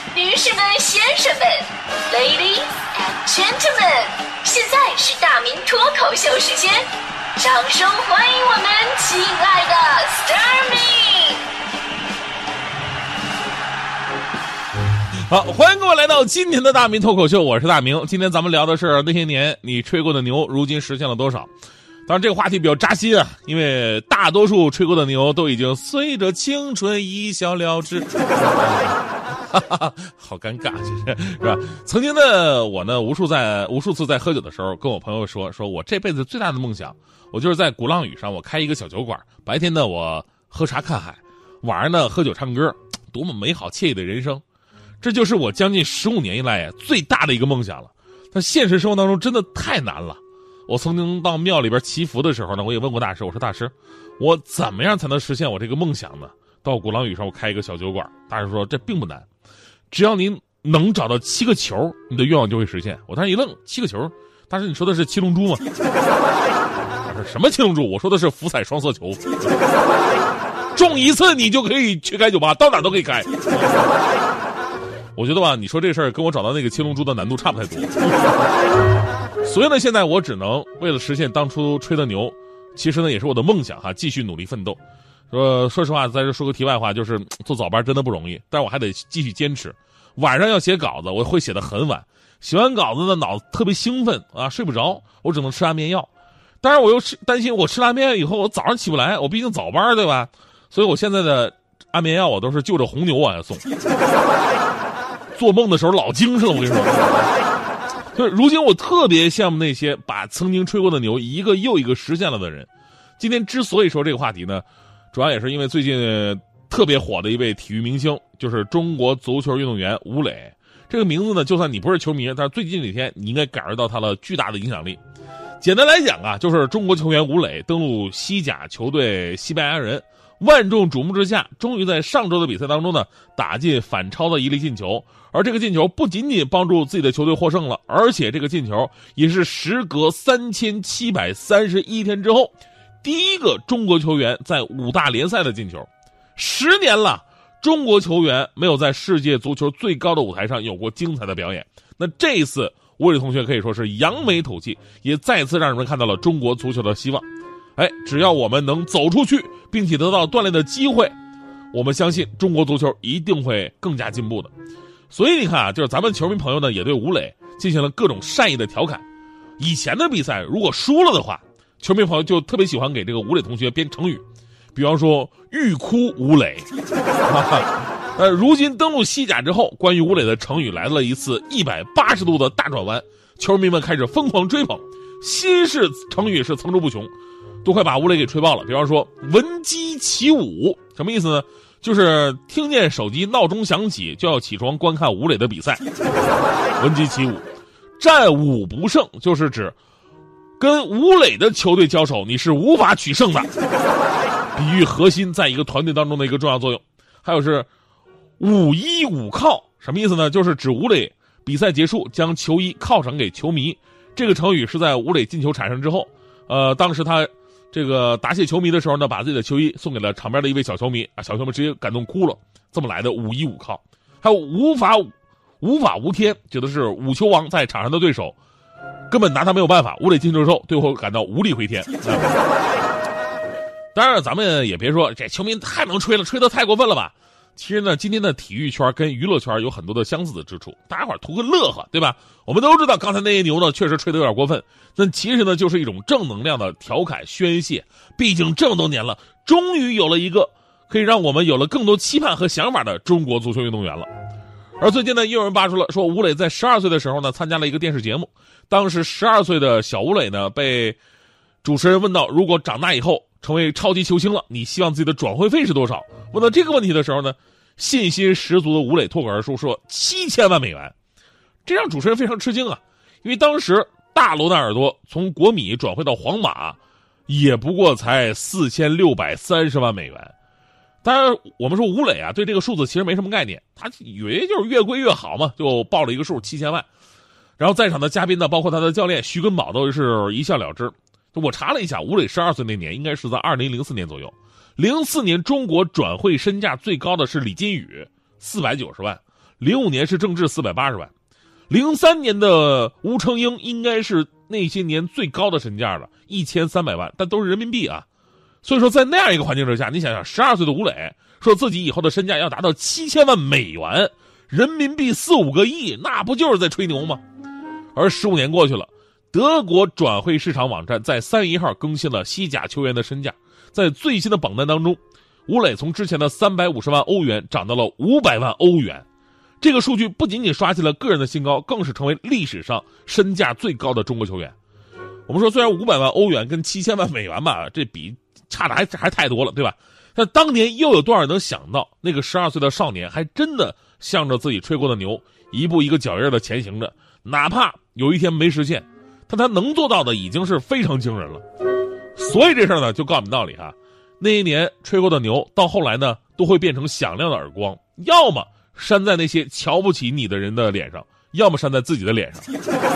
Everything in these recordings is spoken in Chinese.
女士们、先生们 ，Ladies and Gentlemen， 现在是大明脱口秀时间，掌声欢迎我们亲爱的 Starmin。 好，欢迎各位来到今天的大明脱口秀，我是大明。今天咱们聊的是那些年你吹过的牛，如今实现了多少？当然，这个话题比较扎心啊，因为大多数吹过的牛都已经随着青春一笑了之。好尴尬，其实是吧？曾经的我呢，无数次在喝酒的时候，跟我朋友说我这辈子最大的梦想，我就是在鼓浪屿上，我开一个小酒馆，白天呢我喝茶看海，晚上呢喝酒唱歌，多么美好惬意的人生！这就是我将近15年以来最大的一个梦想了。但现实生活当中真的太难了。我曾经到庙里边祈福的时候呢，我也问过大师，我说大师，我怎么样才能实现我这个梦想呢？到鼓浪屿上我开一个小酒馆，大师说这并不难，只要您能找到7个球，你的愿望就会实现。我当时一愣，7个球？大师你说的是七龙珠吗？他说什么七龙珠？我说的是福彩双色球，中一次你就可以去开酒吧，到哪都可以开。我觉得吧，你说这事儿跟我找到那个七龙珠的难度差不太多。所以呢，现在我只能为了实现当初吹的牛，其实呢也是我的梦想哈，继续努力奋斗。说实话，在这说个题外话，就是做早班真的不容易，但是我还得继续坚持。晚上要写稿子，我会写得很晚，写完稿子呢脑子特别兴奋啊，睡不着，我只能吃安眠药。当然我又担心我吃了安眠药以后我早上起不来，我毕竟早班对吧？所以我现在的安眠药我都是就着红牛往下送。做梦的时候老精神了，我跟你说。就是如今我特别羡慕那些把曾经吹过的牛一个又一个实现了的人。今天之所以说这个话题呢，主要也是因为最近特别火的一位体育明星，就是中国足球运动员吴磊。这个名字呢，就算你不是球迷，但是最近几天你应该感受到他的巨大的影响力。简单来讲啊，就是中国球员吴磊登陆西甲球队西班牙人，万众瞩目之下，终于在上周的比赛当中呢，打进反超的一粒进球。而这个进球不仅仅帮助自己的球队获胜了，而且这个进球也是时隔3731天之后，第一个中国球员在5大联赛的进球。10年了，中国球员没有在世界足球最高的舞台上有过精彩的表演。那这一次，吴磊同学可以说是扬眉吐气，也再次让人们看到了中国足球的希望。只要我们能走出去，并且得到锻炼的机会，我们相信中国足球一定会更加进步的。所以你看啊，就是咱们球迷朋友呢，也对吴磊进行了各种善意的调侃。以前的比赛如果输了的话，球迷朋友就特别喜欢给这个吴磊同学编成语，比方说欲哭无泪。如今登陆西甲之后，关于吴磊的成语来了一次180度的大转弯，球迷们开始疯狂追捧，新式成语是层出不穷，都快把吴磊给吹爆了。比方说闻鸡起舞，什么意思呢？就是听见手机闹钟响起就要起床观看吴磊的比赛。闻鸡起舞。战五不胜，就是指跟吴磊的球队交手你是无法取胜的，比喻核心在一个团队当中的一个重要作用。还有是五依五靠，什么意思呢？就是指吴磊比赛结束将球衣犒赏给球迷。这个成语是在吴磊进球产生之后，当时他这个答谢球迷的时候呢，把自己的球衣送给了场边的一位小球迷啊，小球迷直接感动哭了，这么来的五依五靠。还有无法无天，指的是五球王在场上的对手根本拿他没有办法，吴磊进球之后对后感到无力回天。当然咱们也别说这球迷太能吹了，吹得太过分了吧。其实呢，今天的体育圈跟娱乐圈有很多的相似的之处，大家伙图个乐呵，对吧？我们都知道刚才那些牛呢确实吹得有点过分，但其实呢就是一种正能量的调侃宣泄。毕竟这么多年了，终于有了一个可以让我们有了更多期盼和想法的中国足球运动员了。而最近呢，又有人扒出了说吴磊在12岁的时候呢参加了一个电视节目，当时12岁的小吴磊呢被主持人问到，如果长大以后成为超级球星了，你希望自己的转会费是多少？问到这个问题的时候呢，信心十足的吴磊脱口而出说7000万美元。这让主持人非常吃惊啊，因为当时大罗纳尔多从国米转会到皇马也不过才4630万美元。当然我们说吴磊啊对这个数字其实没什么概念，他以为就是越贵越好嘛，就报了一个数7000万。然后在场的嘉宾呢，包括他的教练徐根宝都是一笑了之。我查了一下，吴磊12岁那年应该是在2004年左右。04年中国转会身价最高的是李金羽490万 05年是正治480万，03年的吴成英应该是那些年最高的身价了，1300万，但都是人民币啊。所以说在那样一个环境之下，你想想12岁的吴磊说自己以后的身价要达到7000万美元，人民币4-5个亿，那不就是在吹牛吗？而15年过去了，德国转会市场网站在3月1号更新了西甲球员的身价，在最新的榜单当中，吴磊从之前的350万欧元涨到了500万欧元。这个数据不仅仅刷新了个人的新高，更是成为历史上身价最高的中国球员。我们说虽然500万欧元跟7000万美元吧，这比差的还太多了，对吧？但当年又有多少人能想到，那个12岁的少年还真的向着自己吹过的牛一步一个脚印的前行着，哪怕有一天没实现，但他能做到的已经是非常惊人了。所以这事儿呢，就告诉我们道理哈，那一年吹过的牛，到后来呢，都会变成响亮的耳光，要么扇在那些瞧不起你的人的脸上，要么扇在自己的脸上。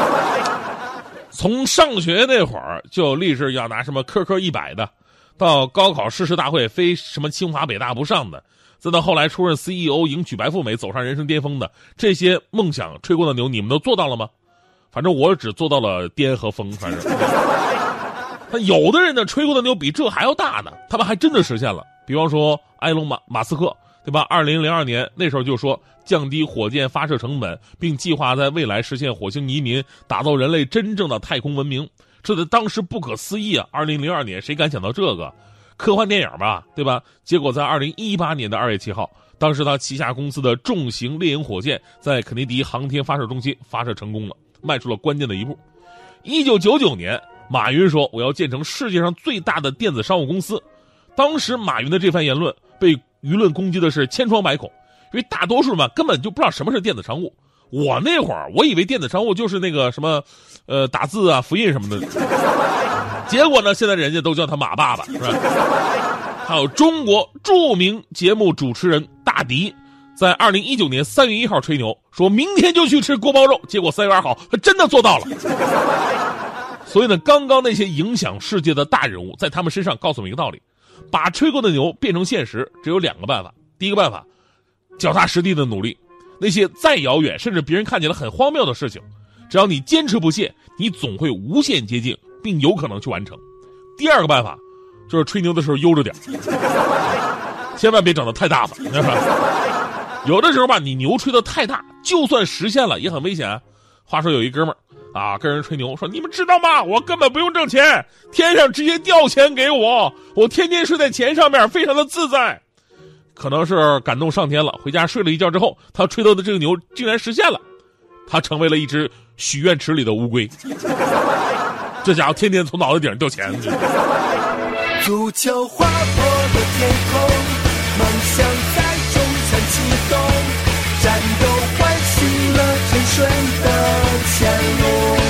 从上学那会儿就立志要拿什么科100的，到高考誓师大会非什么清华北大不上的，再到后来出任 CEO 迎娶白富美走上人生巅峰的，这些梦想吹过的牛你们都做到了吗？反正我只做到了巅和峰，反正但有的人呢吹过的牛比这还要大呢，他们还真的实现了。比方说埃隆马斯克，对吧？2002年那时候就说降低火箭发射成本，并计划在未来实现火星移民，打造人类真正的太空文明。这在当时不可思议啊！2002年谁敢想到这个科幻电影吧，对吧？结果在2018年的2月7号，当时他旗下公司的重型猎鹰火箭在肯尼迪航天发射中心发射成功了，迈出了关键的一步。1999年，马云说我要建成世界上最大的电子商务公司。当时马云的这番言论被舆论攻击的是千疮百孔，因为大多数嘛根本就不知道什么是电子商务。我那会儿我以为电子商务就是那个什么打字啊复印什么的，结果呢现在人家都叫他马爸爸，是吧？还有中国著名节目主持人大迪在2019年3月1号吹牛说明天就去吃锅包肉，结果3月2号他真的做到了。所以呢，刚刚那些影响世界的大人物在他们身上告诉我们一个道理，把吹过的牛变成现实只有2个办法。第一个办法，脚踏实地的努力，那些再遥远甚至别人看起来很荒谬的事情，只要你坚持不懈，你总会无限接近并有可能去完成。第二个办法就是吹牛的时候悠着点，千万别整得太大方，是吧？有的时候吧，你牛吹得太大，就算实现了也很危险啊。话说有一哥们儿啊，跟人吹牛说，你们知道吗？我根本不用挣钱，天上直接掉钱给我，我天天睡在钱上面，非常的自在。可能是感动上天了，回家睡了一觉之后，他吹到的这个牛竟然实现了，他成为了一只许愿池里的乌龟。这家伙天天从脑袋顶上掉钱。 足球划破了天空，梦想在中场启动，战斗唤醒了沉睡的乾隆。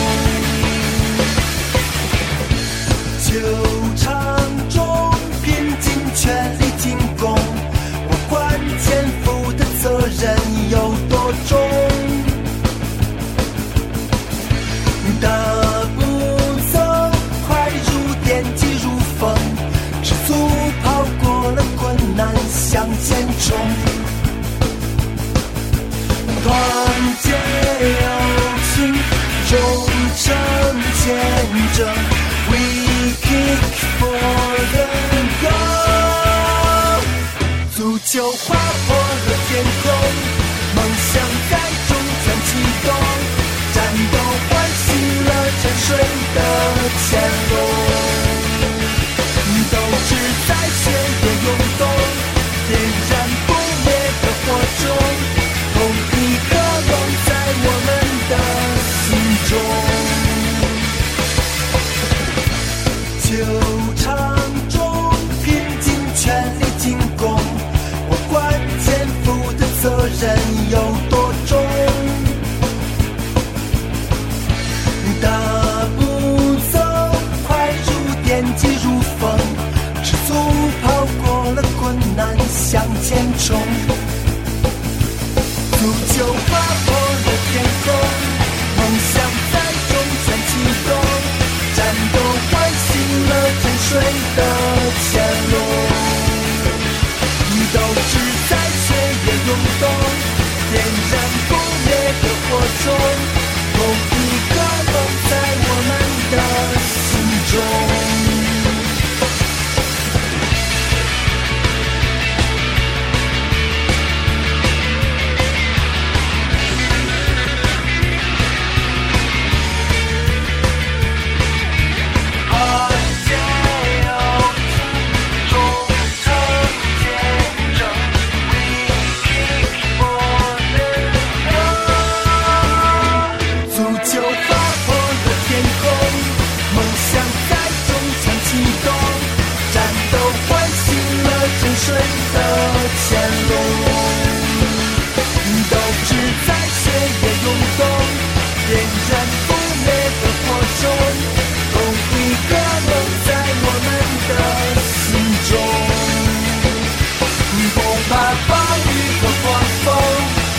球场中拼尽全力进攻，我管肩负的责任有多重。大步走，快如电，急如风，赤足跑过了困难，向前冲。团结友情，忠诚见证 We kick for the goal。 足球划破了天空，梦想在中场启动，战斗唤醒了沉睡的乾隆。斗志在血液涌动，点燃不灭的火种，同一个梦在我们的心中。球场中拼尽全力进攻，我管肩负的责任有多重。大步走，快如电，急如风，赤足跑过了困难，向前冲。足球划破了天空，梦想在中场启动，战斗唤醒了沉睡的乾隆。斗志在血液涌动，点燃不灭的火种，同一个梦在我们的心中。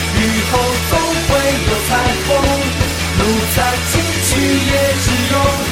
路再崎岖也只有